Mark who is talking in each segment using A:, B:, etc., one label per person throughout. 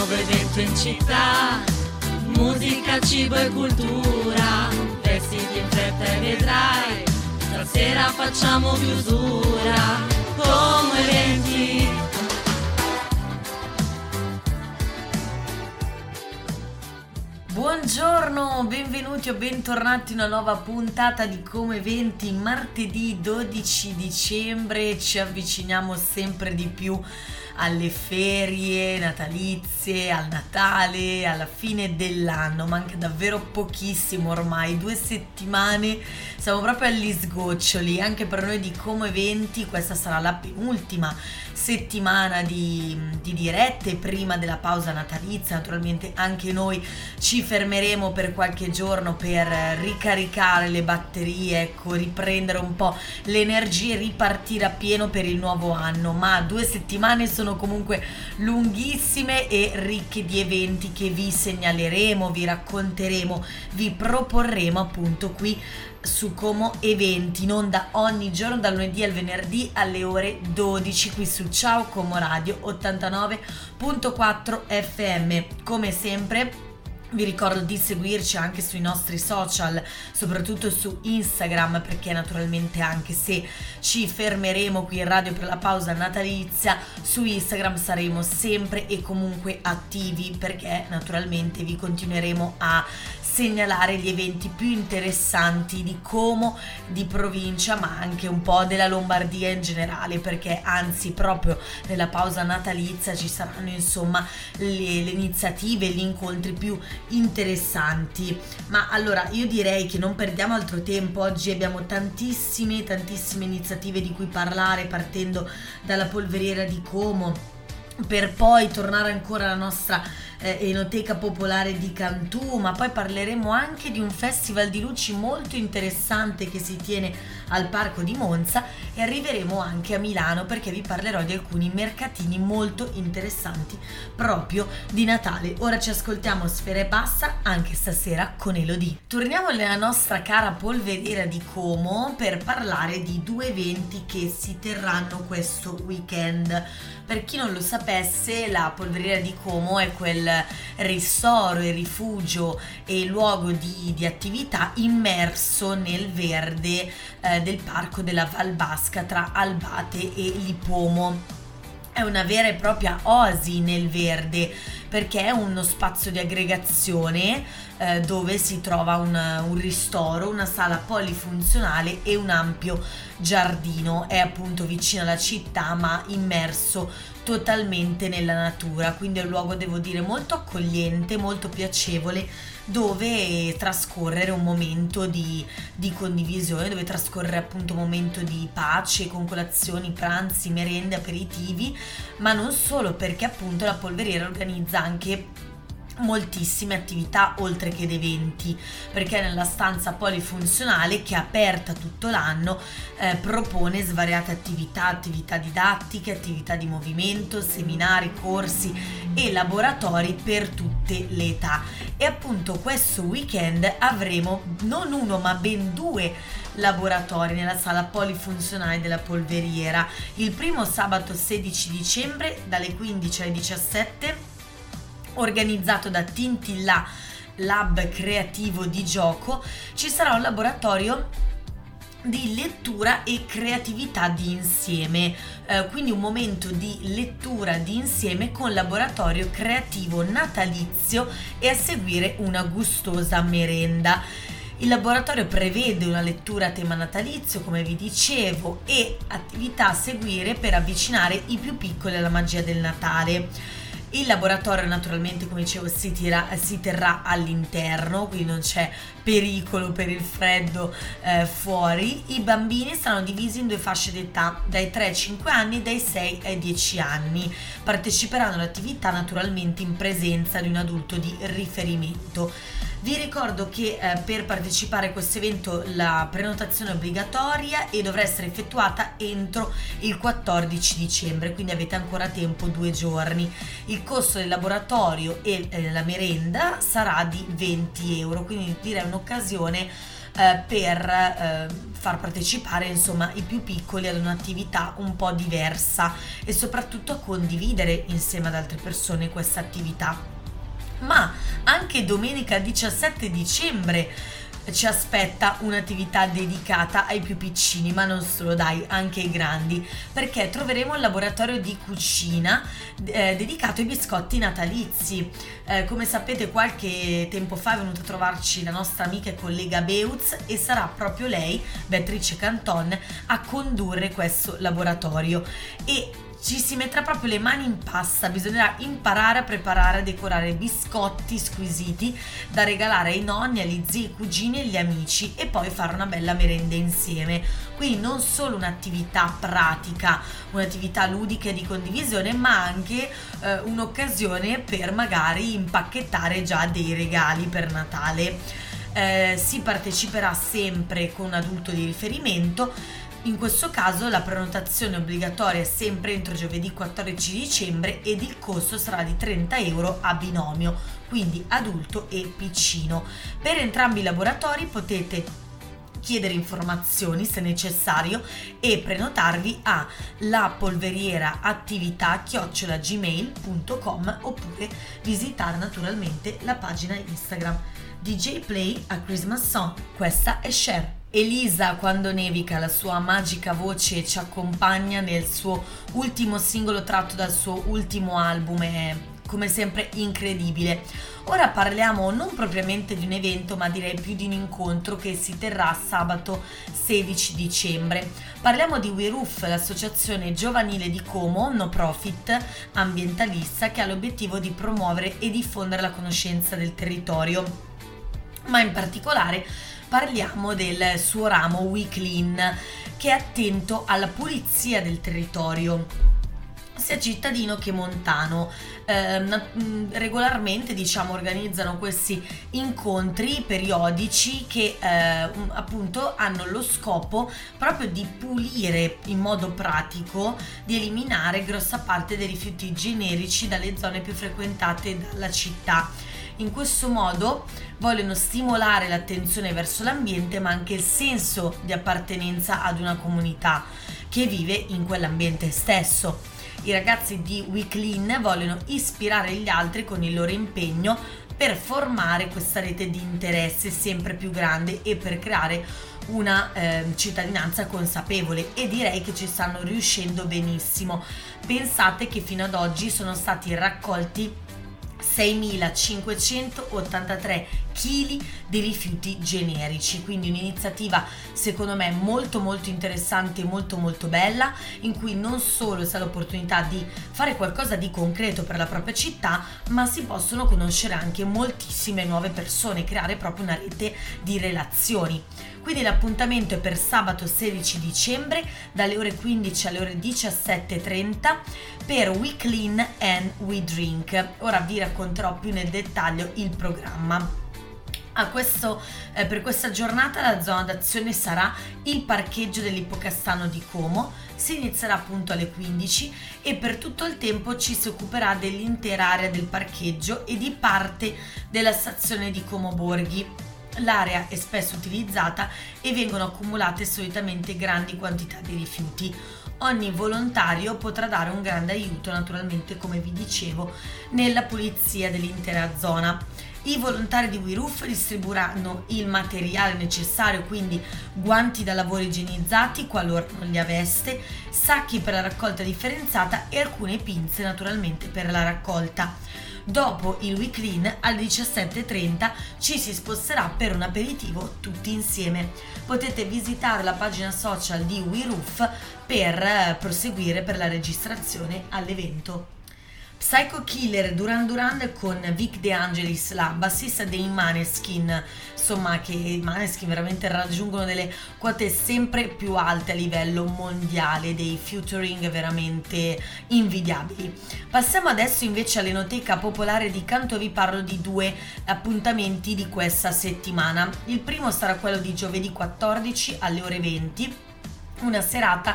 A: nuovo evento in città, musica, cibo e cultura, vestiti in fretta e vedrai, stasera facciamo chiusura, come eventi.
B: Buongiorno, benvenuti o bentornati in una nuova puntata di Come Eventi. Martedì 12 dicembre ci avviciniamo sempre di più alle ferie natalizie, al Natale, alla fine dell'anno. Manca davvero pochissimo ormai, 2 settimane, siamo proprio agli sgoccioli. Anche per noi di Come Eventi questa sarà la penultima settimana di dirette prima della pausa natalizia. Naturalmente anche noi ci fermeremo per qualche giorno per ricaricare le batterie, ecco, riprendere un po' le energie, ripartire a pieno per il nuovo anno. Ma 2 settimane sono comunque lunghissime e ricche di eventi che vi segnaleremo, vi racconteremo, vi proporremo appunto qui su Como Eventi, in onda ogni giorno dal lunedì al venerdì alle ore 12 qui su Ciao Como Radio 89.4 FM. Come sempre vi ricordo di seguirci anche sui nostri social, soprattutto su Instagram, perché naturalmente anche se ci fermeremo qui in radio per la pausa natalizia, su Instagram saremo sempre e comunque attivi, perché naturalmente vi continueremo a segnalare gli eventi più interessanti di Como, di provincia, ma anche un po' della Lombardia in generale, perché anzi proprio nella pausa natalizia ci saranno insomma le iniziative, gli incontri più interessanti. Ma allora io direi che non perdiamo altro tempo. Oggi abbiamo tantissime iniziative di cui parlare, partendo dalla polveriera di Como, per poi tornare ancora alla nostra Enoteca Popolare di Cantù, ma poi parleremo anche di un festival di luci molto interessante che si tiene al Parco di Monza, e arriveremo anche a Milano perché vi parlerò di alcuni mercatini molto interessanti proprio di Natale. Ora ci ascoltiamo Sfera Ebbasta anche stasera con Elodie. Torniamo nella nostra cara polveriera di Como per parlare di 2 eventi che si terranno questo weekend. Per chi non lo sapesse, la polveriera di Como è quel ristoro e rifugio e luogo di attività immerso nel verde del parco della Val Basca tra Albate e Lipomo. È una vera e propria oasi nel verde, perché è uno spazio di aggregazione dove si trova un ristoro, una sala polifunzionale e un ampio giardino. È appunto vicino alla città ma immerso totalmente nella natura, quindi è un luogo, devo dire, molto accogliente, molto piacevole, dove trascorrere un momento di condivisione, dove trascorrere appunto un momento di pace con colazioni, pranzi, merende, aperitivi, ma non solo, perché appunto la polveriera organizza anche moltissime attività oltre che ed eventi, perché nella stanza polifunzionale, che è aperta tutto l'anno, propone svariate attività didattiche, attività di movimento, seminari, corsi e laboratori per tutte le età. E appunto questo weekend avremo non uno ma ben 2 laboratori nella sala polifunzionale della polveriera. Il primo sabato 16 dicembre dalle 15 alle 17, organizzato da Tintilla Lab Creativo di Gioco, ci sarà un laboratorio di lettura e creatività di insieme, quindi un momento di lettura di insieme con laboratorio creativo natalizio e a seguire una gustosa merenda. Il laboratorio prevede una lettura a tema natalizio, come vi dicevo, e attività a seguire per avvicinare i più piccoli alla magia del Natale. Il laboratorio naturalmente, come dicevo, si terrà all'interno, quindi non c'è pericolo per il freddo fuori. I bambini saranno divisi in 2 fasce d'età, dai 3 ai 5 anni e dai 6 ai 10 anni. Parteciperanno all'attività naturalmente in presenza di un adulto di riferimento. Vi ricordo che per partecipare a questo evento la prenotazione è obbligatoria e dovrà essere effettuata entro il 14 dicembre, quindi avete ancora tempo, 2 giorni. Il costo del laboratorio e la merenda sarà di 20 euro, quindi direi un'occasione per far partecipare insomma i più piccoli ad un'attività un po' diversa e soprattutto a condividere insieme ad altre persone questa attività. Ma anche domenica 17 dicembre ci aspetta un'attività dedicata ai più piccini, ma non solo, dai, anche ai grandi, perché troveremo il laboratorio di cucina dedicato ai biscotti natalizi. Come sapete, qualche tempo fa è venuta a trovarci la nostra amica e collega Beuz e sarà proprio lei, Beatrice Canton, a condurre questo laboratorio e ci si metterà proprio le mani in pasta. Bisognerà imparare a preparare e decorare biscotti squisiti da regalare ai nonni, agli zii, ai cugini e agli amici e poi fare una bella merenda insieme. Quindi non solo un'attività pratica, un'attività ludica e di condivisione, ma anche un'occasione per magari impacchettare già dei regali per Natale. Si parteciperà sempre con un adulto di riferimento. In questo caso la prenotazione obbligatoria è sempre entro giovedì 14 dicembre ed il costo sarà di 30 euro a binomio, quindi adulto e piccino. Per entrambi i laboratori potete chiedere informazioni se necessario e prenotarvi a lapolverieraattività@gmail.com oppure visitare naturalmente la pagina Instagram DJ Play a Christmas Song. Questa è Cher. Elisa, quando nevica, la sua magica voce ci accompagna nel suo ultimo singolo tratto dal suo ultimo album, è come sempre incredibile. Ora parliamo non propriamente di un evento, ma direi più di un incontro che si terrà sabato 16 dicembre. Parliamo di We Roof, l'associazione giovanile di Como, no profit ambientalista, che ha l'obiettivo di promuovere e diffondere la conoscenza del territorio, ma in particolare parliamo del suo ramo We Clean, che è attento alla pulizia del territorio, sia cittadino che montano. Regolarmente organizzano questi incontri periodici che appunto hanno lo scopo proprio di pulire in modo pratico, di eliminare grossa parte dei rifiuti generici dalle zone più frequentate dalla città. In questo modo vogliono stimolare l'attenzione verso l'ambiente, ma anche il senso di appartenenza ad una comunità che vive in quell'ambiente stesso. I ragazzi di We Clean vogliono ispirare gli altri con il loro impegno per formare questa rete di interesse sempre più grande e per creare una cittadinanza consapevole, e direi che ci stanno riuscendo benissimo. Pensate che fino ad oggi sono stati raccolti 6.583 kg di rifiuti generici, quindi un'iniziativa secondo me molto interessante e molto bella, in cui non solo si ha l'opportunità di fare qualcosa di concreto per la propria città, ma si possono conoscere anche moltissime nuove persone, creare proprio una rete di relazioni. Quindi l'appuntamento è per sabato 16 dicembre dalle ore 15 alle ore 17:30 per We Clean and We Drink. Ora vi racconterò più nel dettaglio il programma. Per questa giornata la zona d'azione sarà il parcheggio dell'Ippocastano di Como. Si inizierà appunto alle 15 e per tutto il tempo ci si occuperà dell'intera area del parcheggio e di parte della stazione di Como Borghi. L'area è spesso utilizzata e vengono accumulate solitamente grandi quantità di rifiuti. Ogni volontario potrà dare un grande aiuto, naturalmente, come vi dicevo, nella pulizia dell'intera zona. I volontari di We Roof distribuiranno il materiale necessario, quindi guanti da lavoro igienizzati qualora non li aveste, sacchi per la raccolta differenziata e alcune pinze naturalmente per la raccolta. Dopo il We Clean alle 17:30 ci si sposterà per un aperitivo tutti insieme. Potete visitare la pagina social di We Roof per proseguire per la registrazione all'evento. Psycho Killer, Duran Duran con Vic De Angelis, la bassista dei Maneskin, insomma, che i Maneskin veramente raggiungono delle quote sempre più alte a livello mondiale, dei featuring veramente invidiabili. Passiamo adesso invece all'Enoteca Popolare di Canto. Vi parlo di due appuntamenti di questa settimana. Il primo sarà quello di giovedì 14 alle ore 20, una serata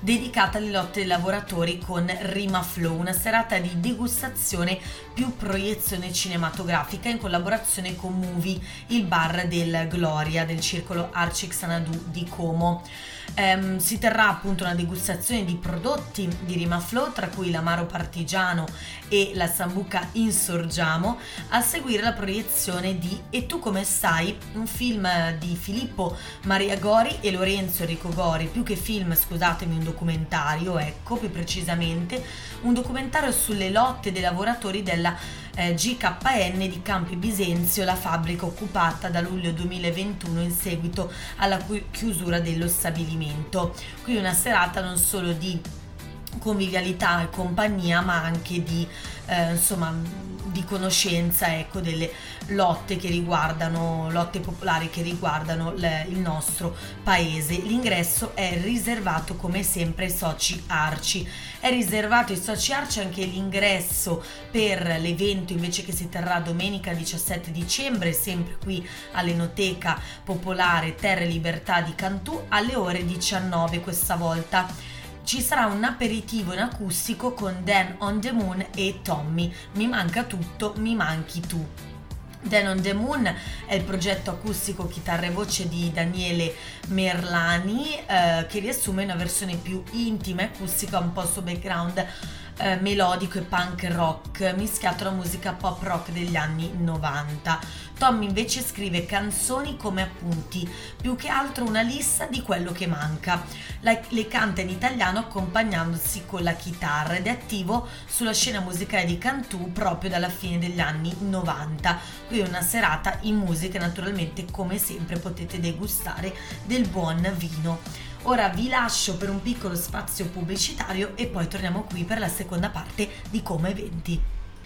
B: dedicata alle lotte dei lavoratori con Rima Flow, una serata di degustazione più proiezione cinematografica in collaborazione con Movie, il bar del Gloria del circolo Arci Xanadu di Como. Si terrà appunto una degustazione di prodotti di Rima Flow, tra cui l'amaro partigiano e la sambuca Insorgiamo, a seguire la proiezione di E tu come stai, un film di Filippo Maria Gori e Lorenzo Enrico Gori, più che film, scusatemi, un documentario, ecco, più precisamente un documentario sulle lotte dei lavoratori della GKN di Campi Bisenzio, la fabbrica occupata da luglio 2021 in seguito alla chiusura dello stabilimento. Qui una serata non solo di convivialità e compagnia, ma anche di di conoscenza, ecco, delle lotte popolari che riguardano il nostro paese. L'ingresso è riservato come sempre ai soci Arci. È riservato ai soci Arci anche l'ingresso per l'evento invece che si terrà domenica 17 dicembre, sempre qui all'Enoteca Popolare Terre Libertà di Cantù alle ore 19 questa volta. Ci sarà un aperitivo in acustico con Dan on the Moon e Tommy. Mi manca tutto, mi manchi tu. Dan on the Moon è il progetto acustico chitarra e voce di Daniele Merlani, che riassume una versione più intima e acustica, un po' su background melodico e punk rock mischiato alla musica pop rock degli anni 90. Tommy invece scrive canzoni come appunti, più che altro una lista di quello che manca. Le canta in italiano accompagnandosi con la chitarra ed è attivo sulla scena musicale di Cantù proprio dalla fine degli anni 90. Qui è una serata in musica, naturalmente come sempre potete degustare del buon vino. Ora vi lascio per un piccolo spazio pubblicitario e poi torniamo qui per la seconda parte di Como Eventi.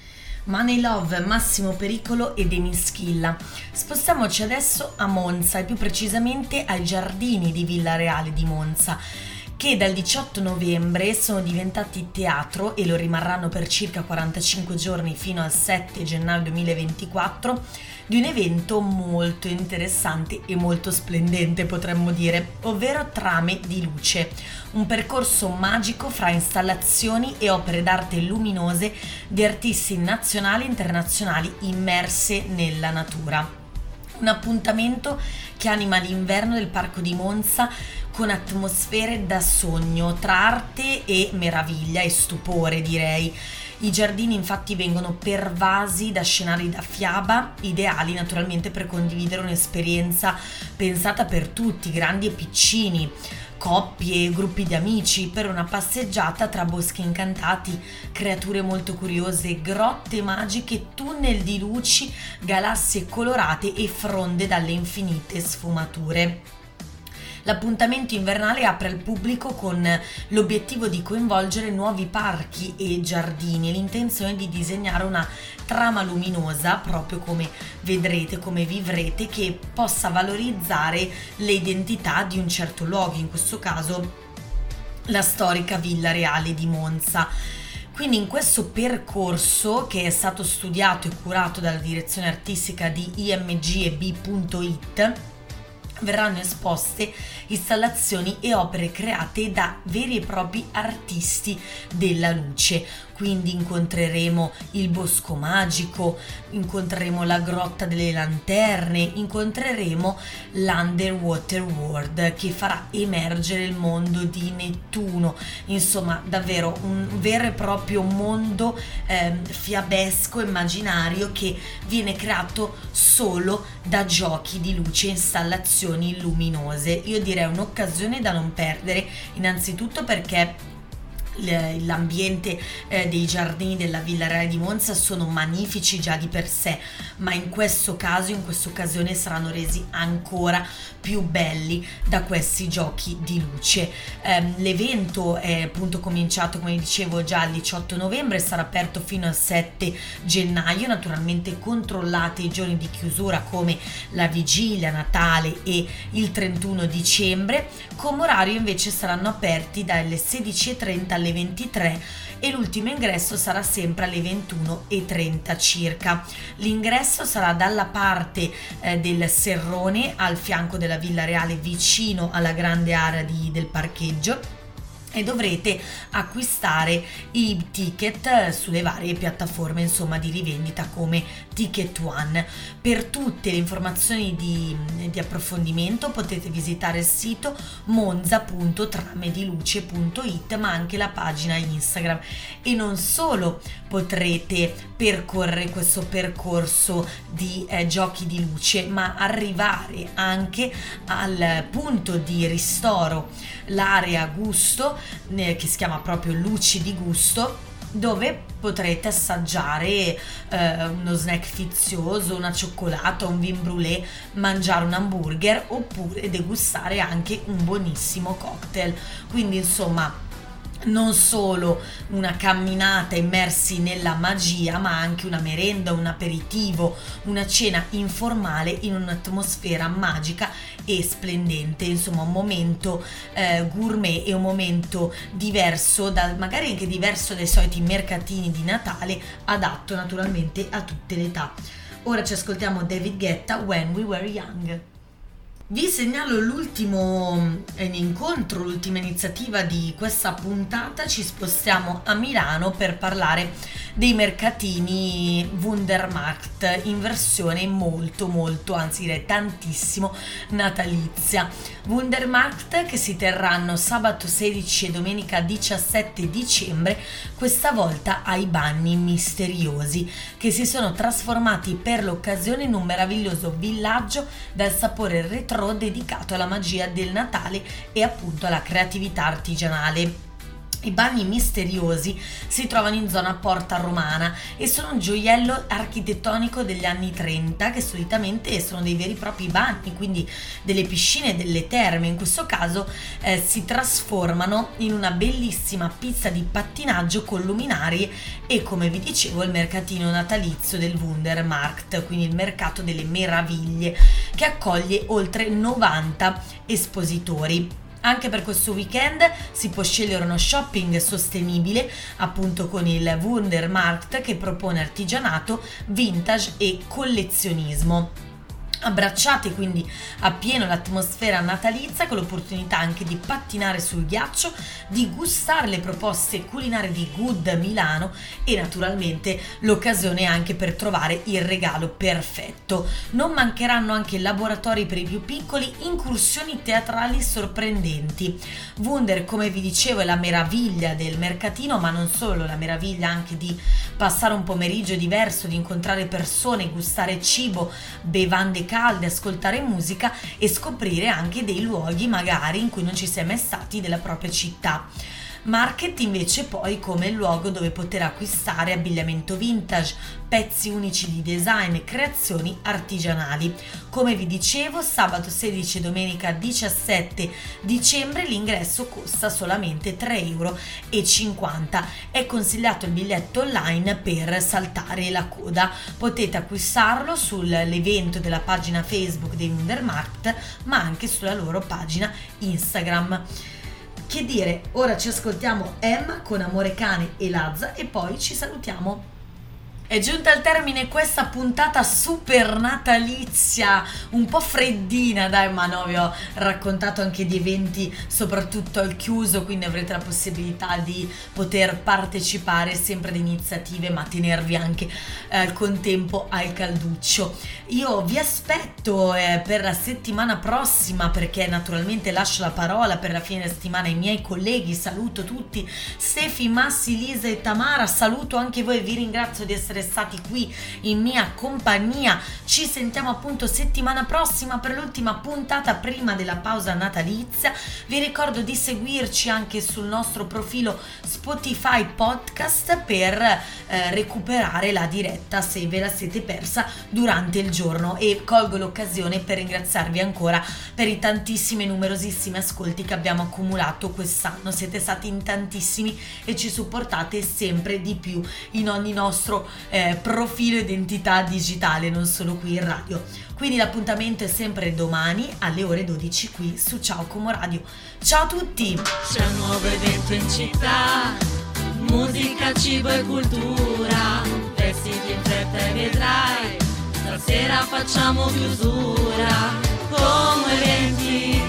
B: Money Love, Massimo Pericolo e Demischilla. Spostiamoci adesso a Monza e più precisamente ai giardini di Villa Reale di Monza, che dal 18 novembre sono diventati teatro e lo rimarranno per circa 45 giorni fino al 7 gennaio 2024, di un evento molto interessante e molto splendente, potremmo dire, ovvero Trame di Luce, un percorso magico fra installazioni e opere d'arte luminose di artisti nazionali e internazionali immerse nella natura. Un appuntamento che anima l'inverno del Parco di Monza con atmosfere da sogno, tra arte e meraviglia e stupore, direi. I giardini infatti vengono pervasi da scenari da fiaba, ideali naturalmente per condividere un'esperienza pensata per tutti, grandi e piccini, coppie, gruppi di amici, per una passeggiata tra boschi incantati, creature molto curiose, grotte magiche, tunnel di luci, galassie colorate e fronde dalle infinite sfumature. L'appuntamento invernale apre al pubblico con l'obiettivo di coinvolgere nuovi parchi e giardini e l'intenzione di disegnare una trama luminosa, proprio come vedrete, come vivrete, che possa valorizzare le identità di un certo luogo, in questo caso la storica Villa Reale di Monza. Quindi in questo percorso, che è stato studiato e curato dalla direzione artistica di imgeb.it, verranno esposte installazioni e opere create da veri e propri artisti della luce. Quindi incontreremo il Bosco Magico, incontreremo la Grotta delle Lanterne, incontreremo l'Underwater World che farà emergere il mondo di Nettuno. Insomma, davvero un vero e proprio mondo fiabesco, immaginario, che viene creato solo da giochi di luce e installazioni luminose. Io direi un'occasione da non perdere, innanzitutto perché l'ambiente dei giardini della Villa Reale di Monza sono magnifici già di per sé, ma in questo caso, in questa occasione, saranno resi ancora più belli da questi giochi di luce. L'evento è appunto cominciato, come dicevo, già il 18 novembre, sarà aperto fino al 7 gennaio, naturalmente controllate i giorni di chiusura come la vigilia, Natale e il 31 dicembre. Come orario invece saranno aperti dalle 16:30 alle 23 e l'ultimo ingresso sarà sempre alle 21:30 circa. L'ingresso sarà dalla parte del Serrone, al fianco della Villa Reale, vicino alla grande area del parcheggio, e dovrete acquistare i ticket sulle varie piattaforme insomma di rivendita come Ticket One. Per tutte le informazioni di approfondimento potete visitare il sito monza.tramediluce.it, ma anche la pagina Instagram, e non solo potrete percorrere questo percorso di giochi di luce, ma arrivare anche al punto di ristoro, l'area gusto, che si chiama proprio Luci di Gusto, dove potrete assaggiare uno snack fizioso, una cioccolata, un vin brûlé, mangiare un hamburger oppure degustare anche un buonissimo cocktail. Quindi insomma non solo una camminata immersi nella magia, ma anche una merenda, un aperitivo, una cena informale in un'atmosfera magica e splendente, insomma un momento gourmet e un momento diverso, magari anche diverso dai soliti mercatini di Natale, adatto naturalmente a tutte le età. Ora ci ascoltiamo David Guetta, When We Were Young. Vi segnalo l'ultimo incontro, l'ultima iniziativa di questa puntata. Ci spostiamo a Milano per parlare dei mercatini Wundermarkt in versione molto, anzi direi tantissimo natalizia. Wundermarkt che si terranno sabato 16 e domenica 17 dicembre, questa volta ai Bagni Misteriosi, che si sono trasformati per l'occasione in un meraviglioso villaggio dal sapore retro dedicato alla magia del Natale e appunto alla creatività artigianale. I Bagni Misteriosi si trovano in zona Porta Romana e sono un gioiello architettonico degli anni 30 che solitamente sono dei veri e propri bagni, quindi delle piscine, delle terme. In questo caso si trasformano in una bellissima pista di pattinaggio con luminarie e, come vi dicevo, il mercatino natalizio del Wundermarkt, quindi il mercato delle meraviglie, che accoglie oltre 90 espositori. Anche per questo weekend si può scegliere uno shopping sostenibile, appunto con il Wundermarkt, che propone artigianato, vintage e collezionismo. Abbracciate quindi appieno l'atmosfera natalizia, con l'opportunità anche di pattinare sul ghiaccio, di gustare le proposte culinarie di Good Milano e naturalmente l'occasione anche per trovare il regalo perfetto. Non mancheranno anche laboratori per i più piccoli, incursioni teatrali sorprendenti. Wunder, come vi dicevo, è la meraviglia del mercatino, ma non solo, la meraviglia anche di passare un pomeriggio diverso, di incontrare persone, gustare cibo, bevande calde, ascoltare musica e scoprire anche dei luoghi magari in cui non ci si è mai stati della propria città. Market invece poi come il luogo dove poter acquistare abbigliamento vintage, pezzi unici di design e creazioni artigianali. Come vi dicevo, sabato 16 e domenica 17 dicembre l'ingresso costa solamente 3,50 €. È consigliato il biglietto online per saltare la coda. Potete acquistarlo sull'evento della pagina Facebook dei Wundermarkt, ma anche sulla loro pagina Instagram. Che dire, ora ci ascoltiamo Emma con Amore Cane e Lazza e poi ci salutiamo. È giunta al termine questa puntata super natalizia, un po' freddina, dai, ma no, vi ho raccontato anche di eventi soprattutto al chiuso, quindi avrete la possibilità di poter partecipare sempre ad iniziative, ma tenervi anche al contempo al calduccio. Io vi aspetto per la settimana prossima, perché naturalmente lascio la parola per la fine settimana ai miei colleghi. Saluto tutti, Stefi, Massi, Lisa e Tamara, saluto anche voi e vi ringrazio di essere stati qui in mia compagnia. Ci sentiamo appunto settimana prossima per l'ultima puntata prima della pausa natalizia. Vi ricordo di seguirci anche sul nostro profilo Spotify Podcast per recuperare la diretta se ve la siete persa durante il giorno, e colgo l'occasione per ringraziarvi ancora per i tantissimi e numerosissimi ascolti che abbiamo accumulato quest'anno. Siete stati in tantissimi e ci supportate sempre di più in ogni nostro profilo identità digitale, non solo qui in radio. Quindi l'appuntamento è sempre domani alle ore 12 qui su Ciao Como Radio. Ciao a tutti!
A: C'è un nuovo evento in città, musica, cibo e cultura, vestiti in fretta e vedrai, stasera facciamo chiusura. Como Eventi.